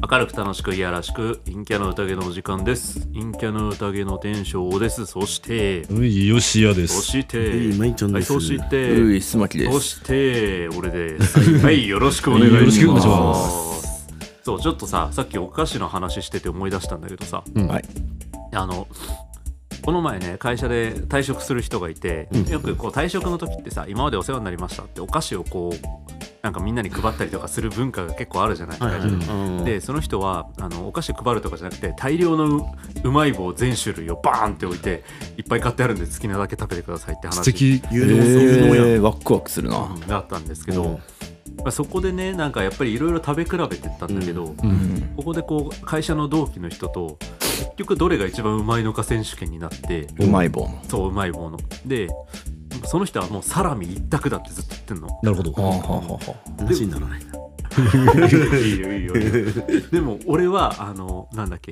明るく楽しくいやらしく陰キャの宴のお時間です。陰キャの宴の天章です。そしてよしやです。 そしてまいちゃんです。 そしてすまきです。 そして俺です。はいよろしくお願いします。 よろしくお願いします。 そうちょっとさっきお菓子の話してて思い出したんだけどさ、 はい。 この前ね会社で退職する人がいて、よくこう退職の時ってさ今までお世話になりましたってお菓子をこうなんかみんなに配ったりとかする文化が結構あるじゃない、会社で。でその人はお菓子配るとかじゃなくて大量のうまい棒全種類をバーンって置いていっぱい買ってあるんで好きなだけ食べてくださいって話素敵。 有能や。 ワクワクするな。 だったんですけど、そこでねなんかやっぱりいろいろ食べ比べてったんだけど、ここでこう会社の同期の人と結局どれが一番うまいのか選手権になって、 うまい棒。 そううまい棒のでその人はもうサラミ一択だってずっと言ってんの。 なるほど。 話にならないな。 いいよいいよいいよ。でも俺はなんだっけ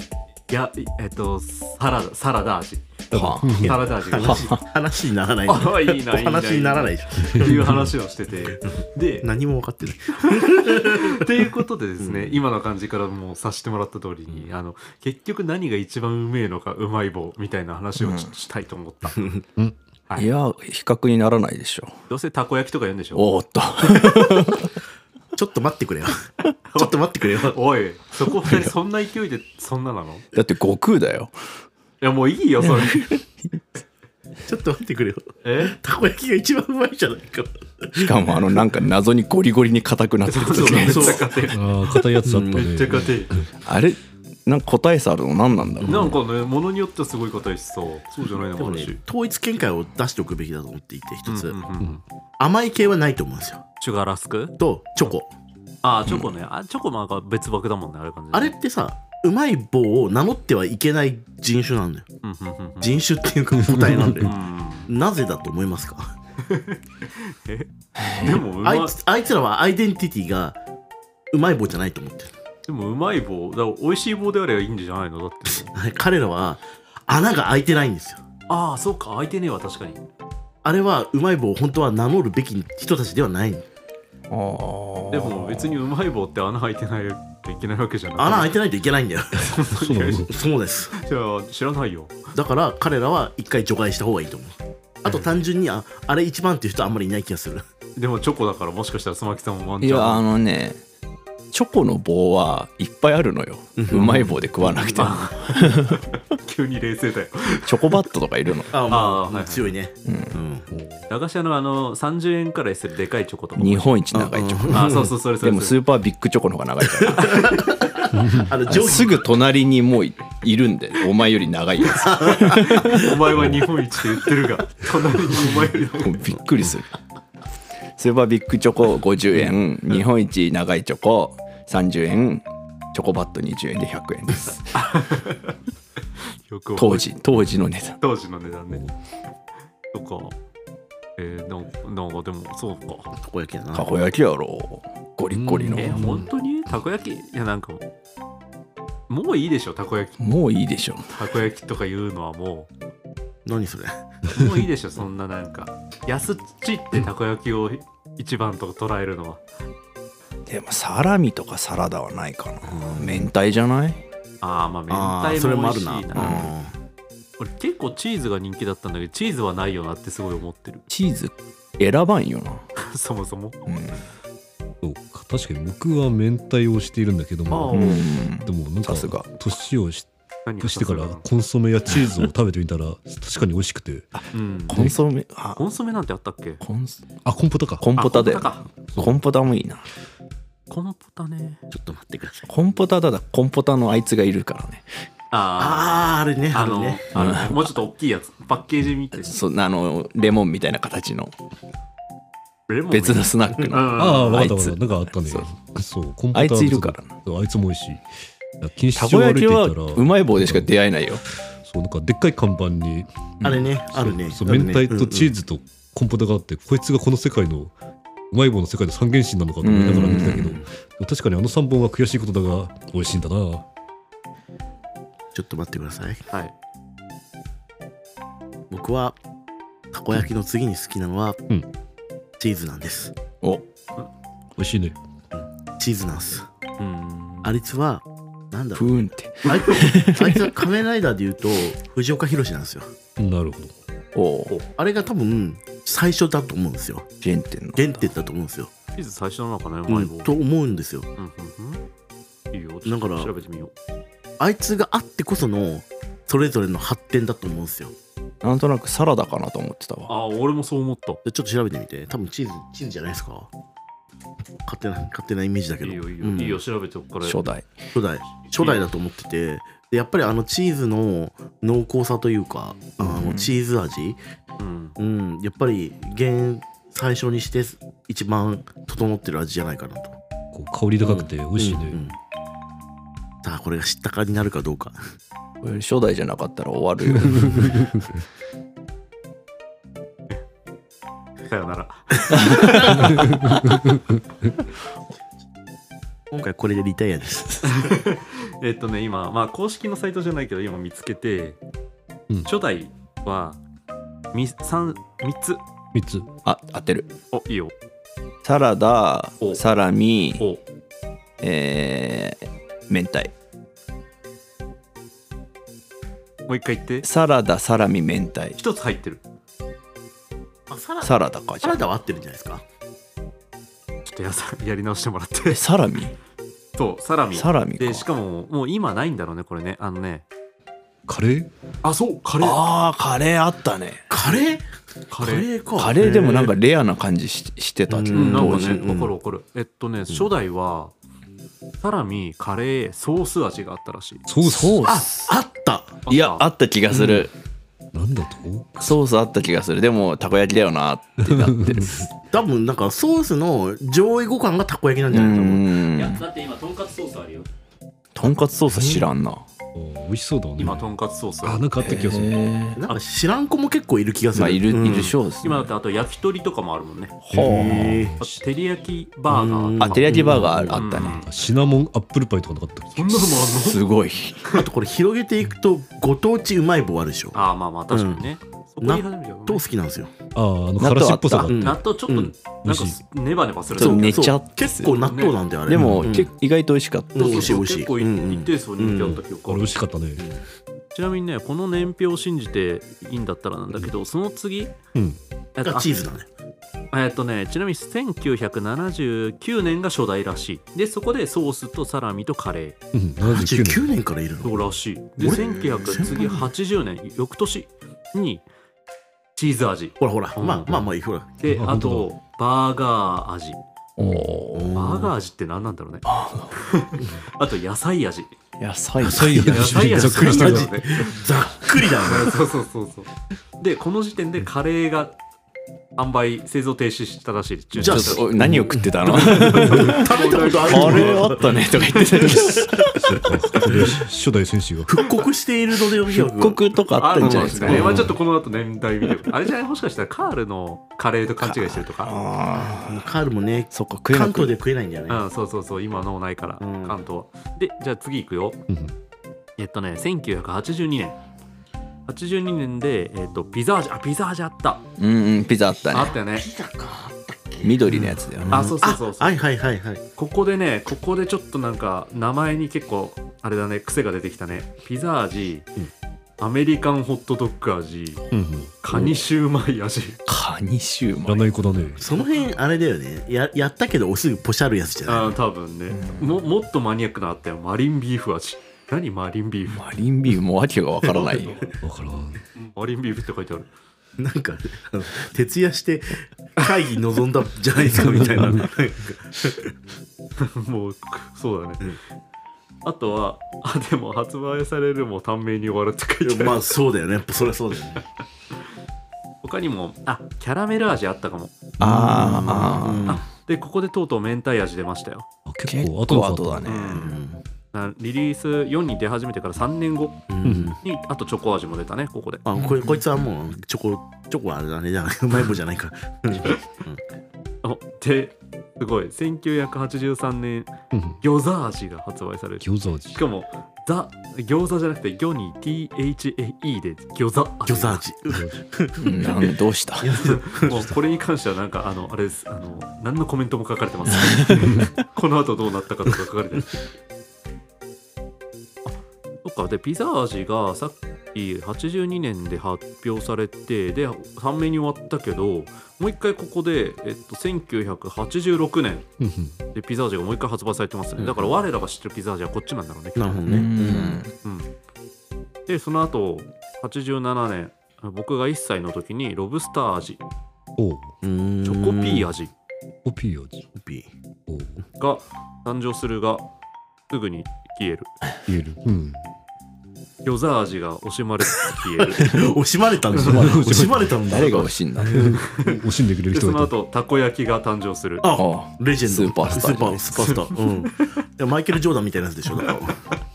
サラダ味。サラダ味が話にならない。 あいいな話にならないっていう話をしててで何も分かってない。 っていうことでですね、今の感じからもうさせてもらった通りに結局何が一番うめえのかうまい棒みたいな話をしたいと思った。はい、 いや比較にならないでしょ。 どうせたこ焼きとか言うんでしょ。 おーっとちょっと待ってくれよ。ちょっと待ってくれよ。 おいそこ2人そんな勢いでそんななの。 だって悟空だよ。 いやもういいよそれ。 ちょっと待ってくれよ。たこ焼きが一番うまいじゃないか。 しかもなんか謎にゴリゴリに硬くなってるそうめっちゃ硬い。 硬いやつだったね。 めっちゃ硬い。 あれなんか答え差あるの何なんだろう。 なんかね物によってはすごい硬いしさ、そうじゃないのかな。 統一見解を出しておくべきだと思っていて、一つ甘い系はないと思うんですよ。 シュガーラスクとチョコ。 チョコね。チョコなんか別枠だもんねあれ感じ。 あれってさうまい棒を名乗ってはいけない人種なんだよ。人種っていうか個体なんだよ。なぜだと思いますか。 でもあいつらはアイデンティティがうまい棒じゃないと思ってる。 でもうまい棒だから美味しい棒であればいいんじゃないのだって。 彼らは穴が開いてないんですよ。 そうか開いてねえわ確かに。 あれはうまい棒を本当は名乗るべき人たちではない。 でも別にうまい棒って穴開いてないといけないわけじゃない。 穴開いてないといけないんだよ。そうです。 じゃあ知らないよ。 だから彼らは一回除外した方がいいと思う。あと単純にあれ一番っていう人あんまりいない気がする。 でもチョコだからもしかしたらスマキさんもワンチャン。 いやチョコの棒はいっぱいあるのよ。うまい棒で食わなくても。 急に冷静だよ。 チョコバットとかいるの。 強いね。 駄菓子屋の30円くらいするでかいチョコとか。 日本一長いチョコ。 そうそれ。 でもスーパービッグチョコの方が長いからすぐ隣にもういるんで、お前より長いやつ。お前は日本一って言ってるが隣にお前より長い。 びっくりする。スーパービッグチョコ50円、日本一長いチョコ30円、チョコバット20円で100円です。当時の値段。 当時の値段ね。そっか。なんかでもそうか。 たこ焼きやな。 たこ焼きやろ。ゴリゴリの。 本当にたこ焼きいやなんかもういいでしょたこ焼き。 もういいでしょ。 たこ焼きとか言うのはもう。何それ。 もういいでしょそんななんか安っちってたこ焼きを一番と捉えるのは。 でもサラミとかサラダはないかな。明太じゃない？ 明太も美味しいな。俺結構チーズが人気だったんだけどチーズはないよなってすごい思ってる。 チーズ選ばんよな。 そもそも。 そう確かに僕は明太をしているんだけども、でもなんか年をしてからコンソメやチーズを食べてみたら確かに美味しくて。 コンソメなんてあったっけ？ コンポタか。 コンポタだよ。コンポタもいいな。 コンポタね。 ちょっと待ってください。 コンポタコンポタのあいつがいるからね。 あれね。 もうちょっと大きいやつ。パッケージ見て。 そうレモンみたいな形の別のスナックの。 分かったなんかあったね。そうコンポタあいついるからな。 あいつも美味しい。 たこ焼きはうまい棒でしか出会えないよ。 そうなんかでっかい看板にあれねあるね。 明太とチーズとコンポタがあってこいつがこの世界のうまい棒の世界の三原神なのかと思いながら見てたけど、確かに3本は悔しいことだが美味しいんだな。 ちょっと待ってください。 はい。 僕はたこ焼きの次に好きなのは、チーズなんです。 美味しいね。 チーズなんです。あいつはなんだプろう、 ーンって。 あいつは仮面ライダーでいうと藤岡弘なんですよ。 なるほど。 おあれが多分最初だと思うんですよ。 原点の。 原点だと思うんですよ。 チーズ最初なのかな、 と思うんですよ。 いいよ、 だから調べてみよう。 あいつがあってこそのそれぞれの発展だと思うんですよ。 なんとなくサラダかなと思ってたわ。 あ、俺もそう思った。 ちょっと調べてみて。多分チーズじゃないですか。勝手なイメージだけど。 いいよいいよ、調べておくから。 初代だと思ってて、でやっぱりチーズの濃厚さというか、チーズ味、やっぱり最初にして一番整ってる味じゃないかなと。 こう香り高くて美味しいね。 さあこれが知ったかになるかどうか。 これ初代じゃなかったら終わるよ。 さよなら。 今回これでリタイアです。 今、まあ公式のサイトじゃないけど今見つけて、初代は3つ。 あ、合ってる。 お、いいよ。 サラダ、サラミ、明太。 もう一回言って。 サラダ、サラミ、明太。 一つ入ってる。 サラダか。 サラダは合ってるんじゃないですか。 ちょっとやり直してもらって。 サラミ？ そう、サラミか。 でしかももう今ないんだろうね、これね。 カレー？ あ、そうカレー。 ああ、カレーあったね。 カレーか。 カレーでもなんかレアな感じしてた。 なんかね、わかる。初代はサラミ、カレー、ソース味があったらしい。 ソース？あった。 いや、あった気がする。 なんだと？ ソースあった気がする。でもたこ焼きだよなってなってる。 多分なんかソースの上位互換がたこ焼きなんじゃないかと思う。 いや、だって今とんかつソースあるよ。 とんかつソース知らんな。 美味しそうだね。 今とんかつソースなんかあった気がする。 なんか知らん子も結構いる気がする。 いるしょうですね。 今だってあと焼き鳥とかもあるもんね。照り焼きバーガー。 照り焼きバーガーあったね。 シナモンアップルパイとかなかったっけ？ そんなのもあるの？ すごい。 あとこれ広げていくとご当地うまい棒あるでしょ。 まあ確かにね。 納豆好きなんですよ。 からしっぽさがあって。 納豆ちょっとなんかネバネバする。 寝ちゃって。 結構納豆なんであれ。 でも意外と美味しかった。 美味しい。 結構一定数人気あった記憶ある。 美味しかったね。 ちなみにね、この年表を信じていいんだったらなんだけど、その次チーズだね。ちなみに1979年が初代らしい。でそこでソースとサラミとカレー。 79年からいるの？ そうらしい。で1980年翌年にチーズ味。 ほらまあいいほら。 であとバーガー味。バーガー味って何なんだろうね。あと野菜味。 野菜味ざっくりしたね。 ざっくりだね。 そうでこの時点でカレーが製造停止したらしい。 じゃあ何を食ってたの？食べたことある。カレーあったねとか言ってた。 初代選手が復刻しているので復刻とかあったんじゃないですかね。 ちょっとこの後年代見てあれじゃない？もしかしたらカールのカレーと勘違いしてるとか。 カールもね、関東で食えないんだよね。 そう今のないから関東は。でじゃあ次いくよ。1982年。82年で、ピザ味あった。 ピザあったね。 あったよね。 ピザかあったっけ？ 緑のやつだよね。 そう。 はい。 ここでちょっとなんか名前に結構あれだね、癖が出てきたね。ピザ味、アメリカンホットドッグ味、カニシューマイ味。 カニシューマイ。 らない子だね。 その辺あれだよね。やったけどすぐポシャるやつじゃない？ 多分ね。もっとマニアックなあったよ。マリンビーフ味。何マリンビーフ？ マリンビーフもわけがわからないよ。 わからん。 マリンビーフって書いてある。 なんか徹夜して会議臨んだじゃないですかみたいな。 もうそうだね。あとはでも発売されるも短命に終わるって書いてある。 まあそうだよね。やっぱそりゃそうだよね。 他にもキャラメル味あったかも。でここでとうとう明太味出ましたよ。 結構後だね。 リリース4に出始めてから3年後にあとチョコ味も出たね。ここでこいつはもうチョコはあれだね。じゃあうまい棒じゃないか。 ですごい1983年餃子味が発売される。 餃子味。 しかも餃子じゃなくて魚に THAE で餃子味。どうした？ もうこれに関してはなんかあれです。何のコメントも書かれてます。この後どうなったかとか書かれてる。 かでピザ味がさっき82年で発表されてで3面に終わったけどもう一回ここで、1986年でピザ味がもう一回発売されてますね。だから我らが知ってるピザ味はこっちなんだろうね。 なるほどね。 でその後87年僕が1歳の時にロブスター味、チョコピー味が誕生するがすぐに消える。餃子味が惜しまれつつ消える。 惜しまれたんだ。惜しまれたんだ。 誰が惜しんだ。 惜しんでくれる人がいた。 その後たこ焼きが誕生する。 レジェンドスーパースター。 スーパースター。マイケル・ジョーダンみたいなやつでしょ。だから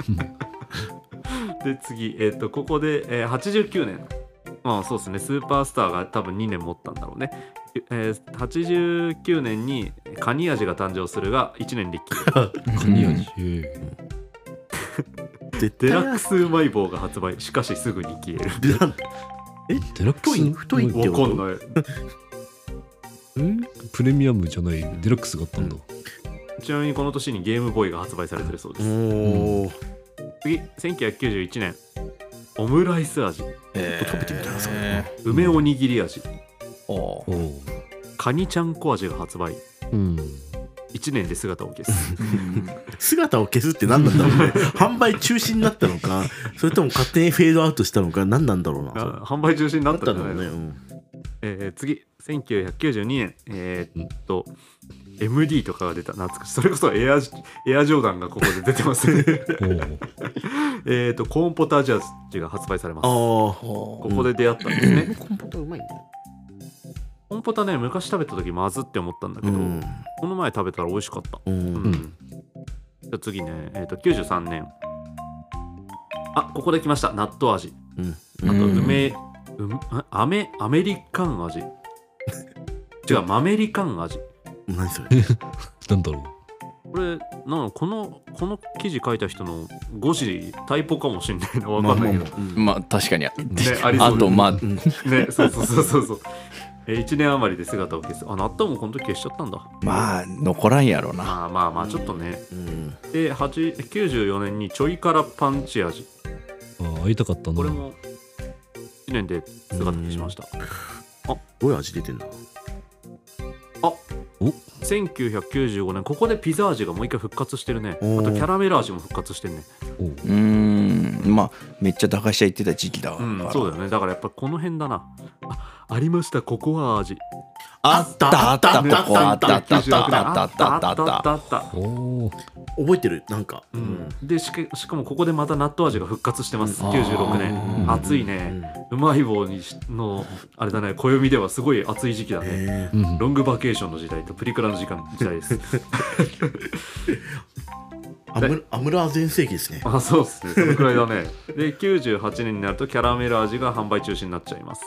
で次、ここで、89年そうですねスーパースターが多分2年持ったんだろうね。89年にカニ味が誕生するが1年で消える。 カニ味。 デラックスうまい棒が発売。しかしすぐに消える。 デラックス太いってわかんない。 プレミアムじゃないデラックスがあったんだ。 ちなみにこの年にゲームボーイが発売されてるそうです。次1991年オムライス味、 食べてみたらそれ梅おにぎり味、カニちゃんこ味が発売。1年で姿を消す。 姿を消すって何なんだろうね。販売中止になったのかそれとも勝手にフェードアウトしたのか何なんだろうな。 販売中止になったんじゃないのね。 次1992年MD とかが出た。懐かしい。それこそエアジョーダンがここで出てますね。コーンポタージュ味が発売されます。ここで出会ったんですね。 コーンポタうまいんだよ。 コーンポタね昔食べた時まずって思ったんだけど、この前食べたら美味しかった。じゃあ次ね93年ここで来ました。納豆味、あとアメリカン味違うマメリカン味。 何それ。 なんだろう。これこの記事書いた人の誤字タイプかもしれないな。分かんないけど、 まあ確かに、ね、 ありそう。 あとねそう1年余りで姿を消す。納豆もこの時消しちゃったんだ。 まあ残らんやろな。 まあちょっとね。で94年にちょい辛パンチ味。 会いたかったな。 これも1年で姿消しました。 どういう味出てんだ。 1995年ここでピザ味がもう一回復活してるね。あとキャラメル味も復活してるね。 まあめっちゃ駄菓子屋行ってた時期だわ。 そうだよね。だからやっぱこの辺だな。ありました。ココア味。 あった覚えてるなんか。 でしかもここでまた納豆味が復活してます。96年。暑いね。うまい棒のあれだね。暦ではすごい暑い時期だね。ロングバケーションの時代とプリクラの時代です。 アムラー全盛期ですね。 そうですね。そのくらいだね。で98年になるとキャラメル味が販売中止になっちゃいます。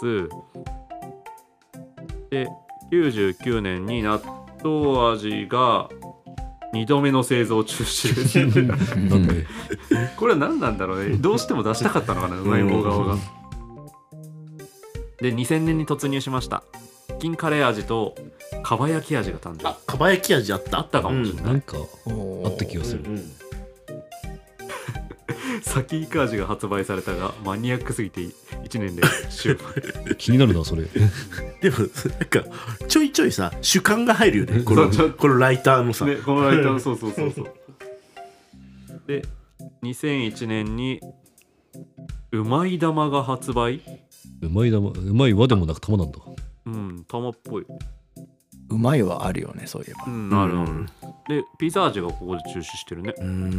で99年に納豆味が2度目の製造中止です。これは何なんだろうね。どうしても出したかったのかな、うまい棒側が。で2000年に突入しました。チキンカレー味とかば焼き味が誕生。 かば焼き味あったかもしれない。 なんかあった気がする。 サキイカ味が発売されたがマニアックすぎて1年で終売。 気になるなそれ。 でもなんかちょいちょいさ主観が入るよね。このライターのさ、 このライターのそう。で2001年にうまい玉が発売。 うまい玉、うまい和でもなく玉なんだ。 玉っぽい。 うまいはあるよね、そういえば。 なるほど。でピザ味がここで中止してるね。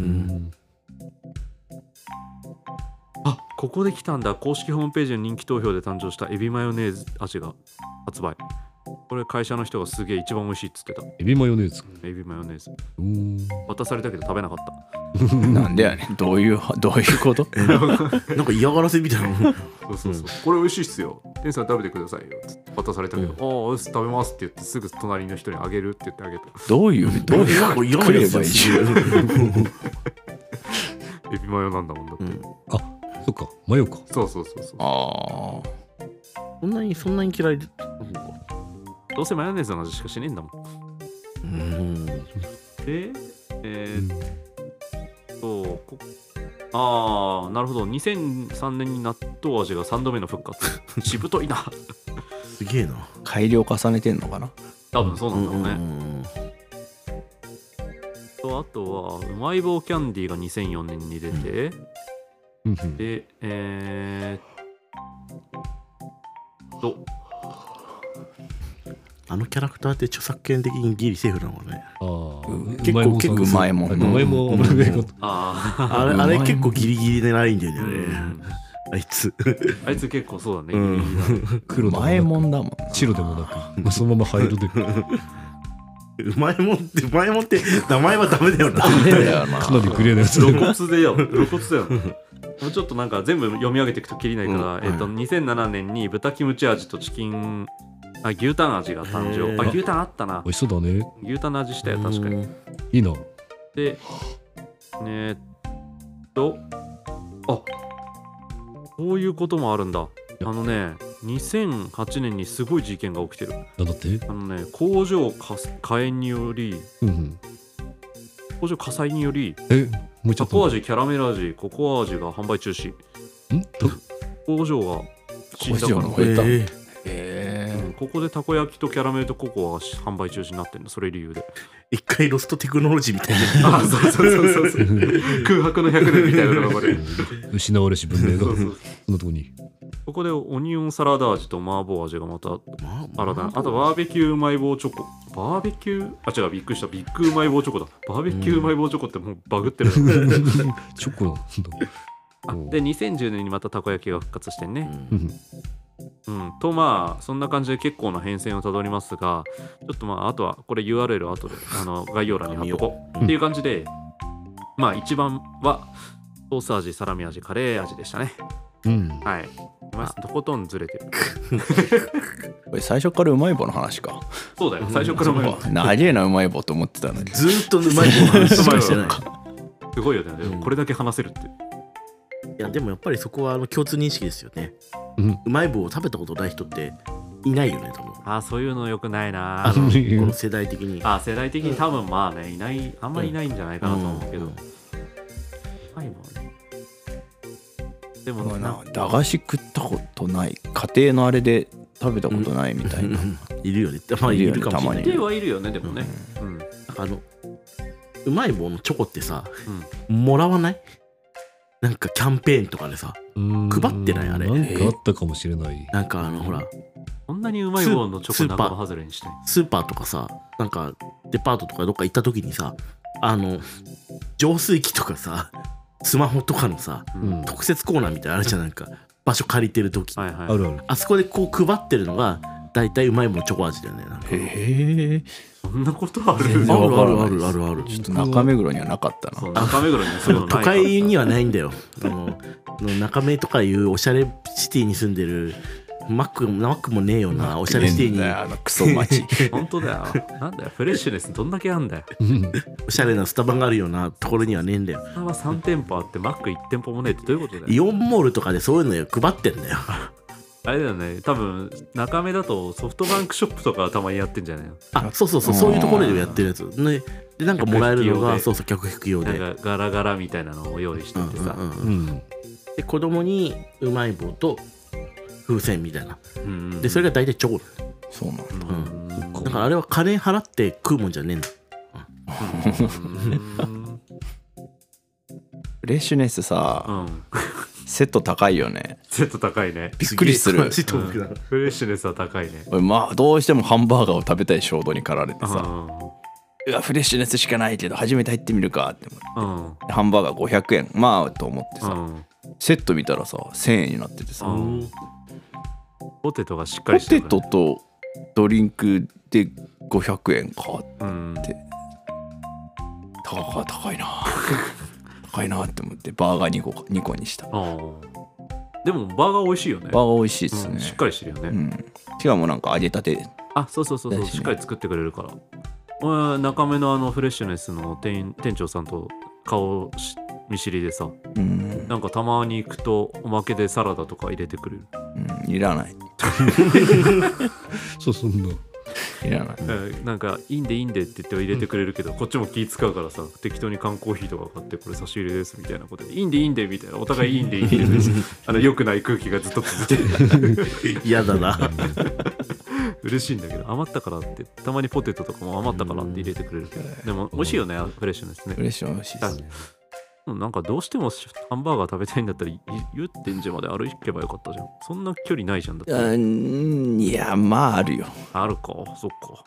ここで来たんだ。公式ホームページの人気投票で誕生したエビマヨネーズ味が発売。これ会社の人がすげえ一番美味しいっつってた。 エビマヨネーズ。 エビマヨネーズ。渡されたけど食べなかった。 なんでやねん。どういうことなんか嫌がらせみたいな。 そう。これ美味しいっすよ。店さん食べてくださいよ。渡されたけど、食べますって言ってすぐ隣の人にあげるって言ってあげた。 どういう嫌なやつやし。 エビマヨなんだもんだって。 そっか、マヨか。 そう。そんなに嫌いで。 どうせマヨネーズの味しかしねえんだもん。で、 ああ、なるほど。2003年に納豆味が3度目の復活。しぶといな。 すげえな。 改良重ねてんのかな。 多分そうなんだろうね。あとはうまい棒キャンディーが2004年に出て、であのキャラクターって著作権的にギリセーフなのね。 結構うまいもん。 うまいもん。 あれ結構ギリギリでないんだよね。あいつ結構そうだね。 黒でも前もんだもん。 白でもなく、そのまま灰色で。 うまいもんって名前はダメだよな。 かなりクリアなやつ。 露骨だよ。もうちょっとなんか全部読み上げていくときりないから、2007年に豚キムチ味とチキン牛タン味が誕生。牛タンあったな。 美味しそうだね。 牛タンの味したよ、確かに。 いいな。 で、そういうこともあるんだ。2008年にすごい事件が起きてる。 なんだって？ 工場火災により、タコ味、キャラメル味、ココア味が販売中止。工場が死んだから。ここでたこ焼きとキャラメルとココアが販売中止になってるの、それ理由で。 一回ロストテクノロジーみたいな。 そう空白の100年みたいなのがこれ失われし文明がそんなとこに。 ここでオニオンサラダ味と麻婆味がまた新たな。あとバーベキューうまい棒チョコ。びっくりした。ビッグうまい棒チョコだ。バーベキューうまい棒チョコってもうバグってる。 チョコなんだ。で2010年にまたたこ焼きが復活してんね。とまあそんな感じで結構な変遷をたどりますが、ちょっとあとはこれ URL 後で概要欄に貼っとこうっていう感じで、一番はソース味、サラミ味、カレー味でしたね。はい。とことんずれてる。 これ最初からうまい棒の話か。 そうだよ、最初からうまい棒。 長えなうまい棒と思ってたのに。 ずっとうまい棒の話しかしてない。 すごいよね、これだけ話せるって。 いやでもやっぱりそこは共通認識ですよね。うまい棒を食べたことない人っていないよね、多分。 そういうのよくないな。 この世代的に。 世代的に多分いない、あんまりいないんじゃないかなと思うけど。うまい棒ね。でも駄菓子食ったことない、家庭のあれで食べたことないみたいな。 いるよね。いるかもしれない。 いるはいるよね、でもね。 うまい棒のチョコってさ、もらわない？なんかキャンペーンとかでさ配ってない？あれなんかあったかもしれない。 なんかほら、 こんなにうまい棒のチョコ仲間外れにしたい。 スーパーとかさ、なんかデパートとかどっか行った時にさ、浄水器とかさ、スマホとかのさ、特設コーナーみたいなのあるじゃん。なんか場所借りてる時、あそこでこう配ってるのがだいたいうまい棒チョコ味だよね。 そんなことある？ ある。 ちょっと中目黒にはなかったな。 中目黒にそういうのない。 都会にはないんだよ。中目とかいうおしゃれシティに住んでるマックもねえよな、おしゃれシティに。 クソ町。 本当だよ。なんだよ、フレッシュネスどんだけあんだよ。 おしゃれなスタバがあるようなところにはねえんだよ。 スタバ3店舗あってマック1店舗もねえってどういうことだよ。 イオンモールとかでそういうの配ってんだよ。 あれだよね、多分中目だとソフトバンクショップとかたまにやってんじゃないの。 そういうところでやってるやつね。でなんかもらえるのが客引き用でなんかガラガラみたいなのを用意しててさ、 で子供にうまい棒と風船みたいな、でそれが大体チョコ。 そうなんだ。 だからあれは金払って食うもんじゃねえんだ。 フレッシュネスさ、セット高いよね。 セット高いね。 びっくりする。 フレッシュネスは高いね。 どうしてもハンバーガーを食べたい衝動に駆られてさ、フレッシュネスしかないけど初めて入ってみるかって思って、ハンバーガー500円と思ってさ、セット見たらさ1000円になっててさ、 ポテトがしっかりしてる、 ポテトとドリンクで500円かって、高いな高いなって思ってバーガー2個にした。 でもバーガー美味しいよね。 バーガー美味しいですね。 しっかりしてるよね。 しかもなんか揚げたて。 そうしっかり作ってくれるから。中目のフレッシュネスの店長さんと顔見知りでさ、なんかたまに行くとおまけでサラダとか入れてくれる。 いらない。 そんないらない。 なんかいいんでいいんでって言って入れてくれるけど、こっちも気使うからさ、適当に缶コーヒーとか買ってこれ差し入れですみたいなことでいいんでいいんでみたいな、お互いいいんでいいんで良くない空気がずっと続いて嫌だな。 嬉しいんだけど、余ったからってたまにポテトとかも余ったからって入れてくれるけど、でも美味しいよね、フレッシュですね。 フレッシュは美味しいですね。 なんかどうしてもハンバーガー食べたいんだったら祐天寺まで歩けばよかったじゃん。そんな距離ないじゃん。だって。 いやまああるよ。 あるか、そっか。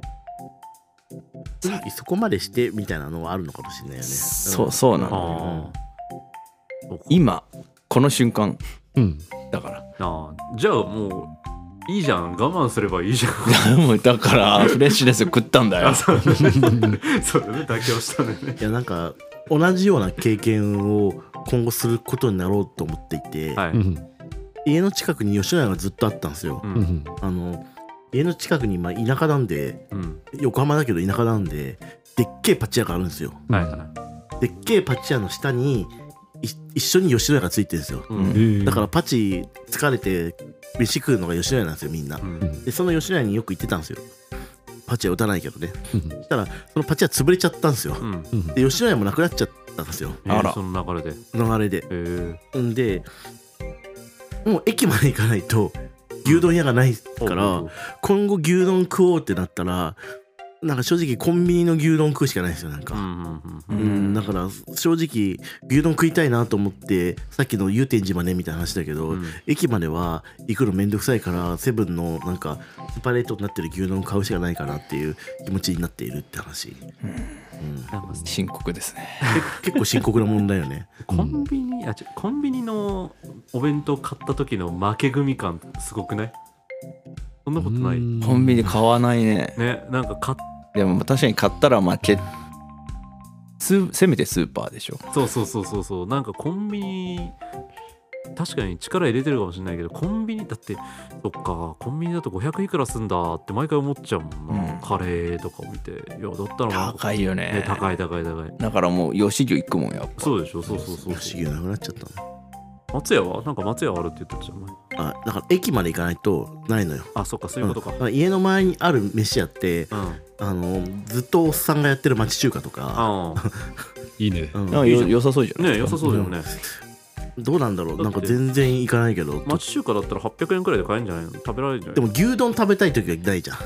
そこまでしてみたいなのはあるのかもしれないよね。 そうなの。今この瞬間、だから。 じゃあもういいじゃん、我慢すればいいじゃん。だからフレッシュネス食ったんだよ。 そうだね、妥協したね。 いやなんか同じような経験を今後することになろうと思っていて、家の近くに吉野家がずっとあったんですよ。家の近くに田舎なんで、横浜だけど田舎なんででっけえパチ屋があるんですよ。でっけえパチ屋の下に一緒に吉野家がついてるんですよ。だからパチ疲れて飯食うのが吉野家なんですよみんな。でその吉野家によく行ってたんですよ。パチは打たないけどね。そしたらそのパチは潰れちゃったんですよ。で吉野家もなくなっちゃったんですよ。 その流れで。 でもう駅まで行かないと牛丼屋がないから、今後牛丼食おうってなったらなんか正直コンビニの牛丼食うしかないですよ。なんかだから正直牛丼食いたいなと思ってさっきの祐天寺までみたいな話だけど、駅までは行くのめんどくさいからセブンのなんかセパレートになってる牛丼買うしかないかなっていう気持ちになっているって話。 深刻ですね。 結構深刻な問題よね。 コンビニのお弁当買った時の負け組感すごくない？そんなことない？ コンビニ買わないね。 なんかでも確かに買ったらせめてスーパーでしょ。 そうなんかコンビニ確かに力入れてるかもしれないけど、コンビニだってそっか、コンビニだと500いくらすんだって毎回思っちゃうもんな。カレーとかを見て、いやだったら高いよね。 高い。 だからもう吉牛行くもんやっぱ。 そうでしょ。そう吉牛なくなっちゃったの。 松屋はなんか松屋あるって言ってたじゃん。 だから駅まで行かないとないのよ。 そっか、そういうことか。 家の前にある飯屋って、ずっとおっさんがやってる町中華とかいいね。 良さそうじゃない？ 良さそうだよね。 どうなんだろう、なんか全然行かないけど。 町中華だったら800円くらいで買えるんじゃないの？食べられるんじゃない？ でも牛丼食べたい時はないじゃん。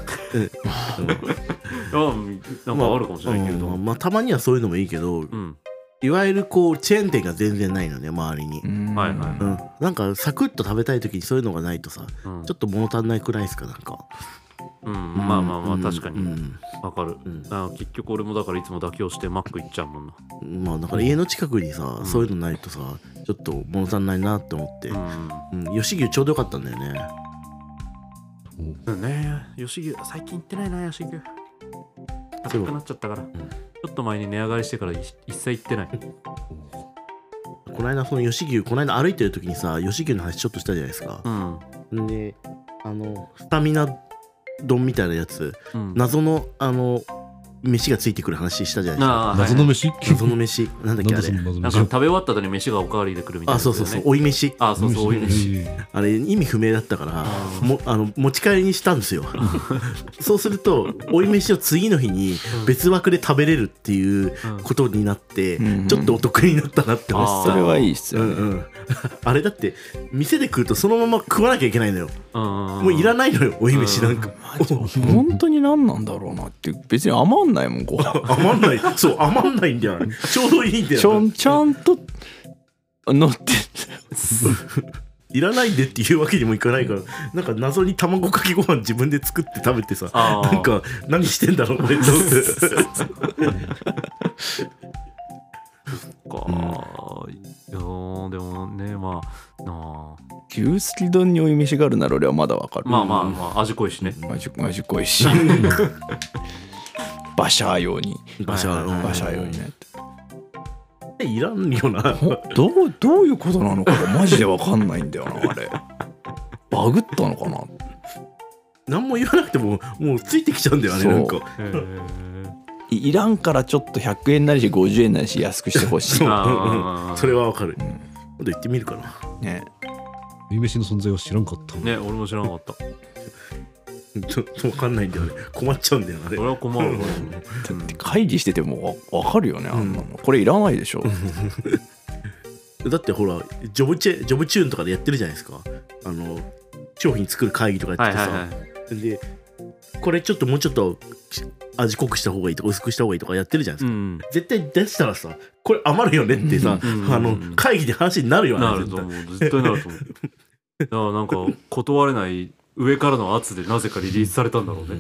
なんかあるかもしれないけど、 たまにはそういうのもいいけど、いわゆるこうチェーン店が全然ないのね、周りに。なんかサクッと食べたい時にそういうのがないとさ、ちょっと物足んないくらいですか、なんか。 まあ確かにわかる。結局俺もだからいつも妥協してマック行っちゃうもんな。 だから家の近くにさ、そういうのないとさ、ちょっと物足んないなって思って、吉牛ちょうどよかったんだよね。 吉牛最近行ってないな。吉牛高くなっちゃったから、ちょっと前に値上がりしてから一切行ってない。 この間その吉牛、この間歩いてる時にさ、吉牛の話ちょっとしたじゃないですか。でスタミナ丼みたいなやつ、謎の飯がついてくる話したじゃないですか。 謎の飯なんだっけあれ。 なんか食べ終わった後に飯がおかわりでくるみたいな。 そう追い飯。 追い飯。 あれ意味不明だったから持ち帰りにしたんですよ。そうすると追い飯を次の日に別枠で食べれるっていうことになって、ちょっとお得になったなって思って。 それはいいっすよ。 あれだって店で食うとそのまま食わなきゃいけないのよ。もういらないのよ、追い飯なんか。 本当に何なんだろうなって。別に余んないもん、ご飯。 余んない。そう、余んないんだよ。ちょうどいいんだよ。 ちゃんと乗っていらないでっていうわけにもいかないから、なんか謎に卵かけご飯自分で作って食べてさ、なんか何してんだろうこれと思っていやでもね、 牛すき丼に追い飯があるなら俺はまだわかる。 味濃いしね。 味濃いしバシャー用にね。 いらんよな。 どういうことなのかがマジでわかんないんだよな。あれバグったのかな。 何も言わなくてももうついてきちゃうんだよね。なんかいらんからちょっと100円なりし50円なりし安くしてほしい。 それはわかる。今度行ってみるかな。 追い飯の存在は知らんかった。 俺も知らなかった。 分かんないんだよね。困っちゃうんだよね。 俺は困るわ。 会議してても分かるよね、あんなの。これいらないでしょ。 だってほらジョブチューンとかでやってるじゃないですか。商品作る会議とかやっててさ、でこれちょっともうちょっと味濃くした方がいいとか薄くした方がいいとかやってるじゃないですか。絶対出したらさ、これ余るよねってさ、会議で話になるよね。 なると思う。絶対なると思う。だからなんか断れない上からの圧でなぜかリリースされたんだろうね。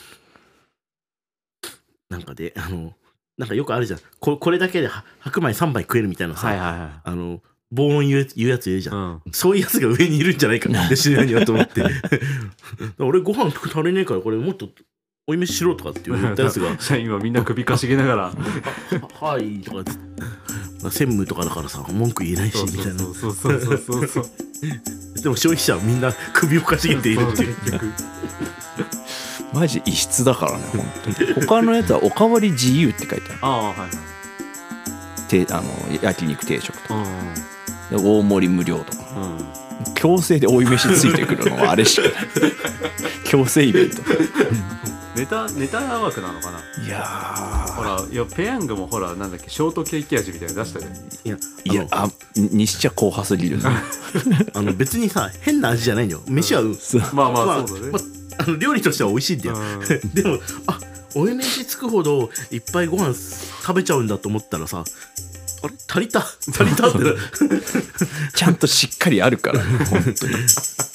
なんかでなんかよくあるじゃん。これだけで白米3杯食えるみたいなさ、防音言うやついるじゃん。そういうやつが上にいるんじゃないかなって知らないなと思って。俺ご飯足りねえからこれもっとおい飯しろとかって言ったやつが。 社員はみんな首かしげながらはいとか専務とかだからさ文句言えないしみたいな。 そうでも消費者はみんな首をかしげているっていう。 マジ異質だからね本当に。他のやつはおかわり自由って書いてある。焼肉定食とか、大盛り無料とか、強制で追い飯ついてくるのはあれしかない。強制イベント。 ネタ枠なのかな。 いやほらペヤングもほらなんだっけショートケーキ味みたいなの出したじゃん。 いやにしちゃ硬派すぎる。 別にさ変な味じゃないんだよ。飯はまあそうだね。 料理としては美味しいんだよ。でもお湯飯つくほどいっぱいご飯食べちゃうんだと思ったらさ、あれ足りたってちゃんとしっかりあるから、ね、本当に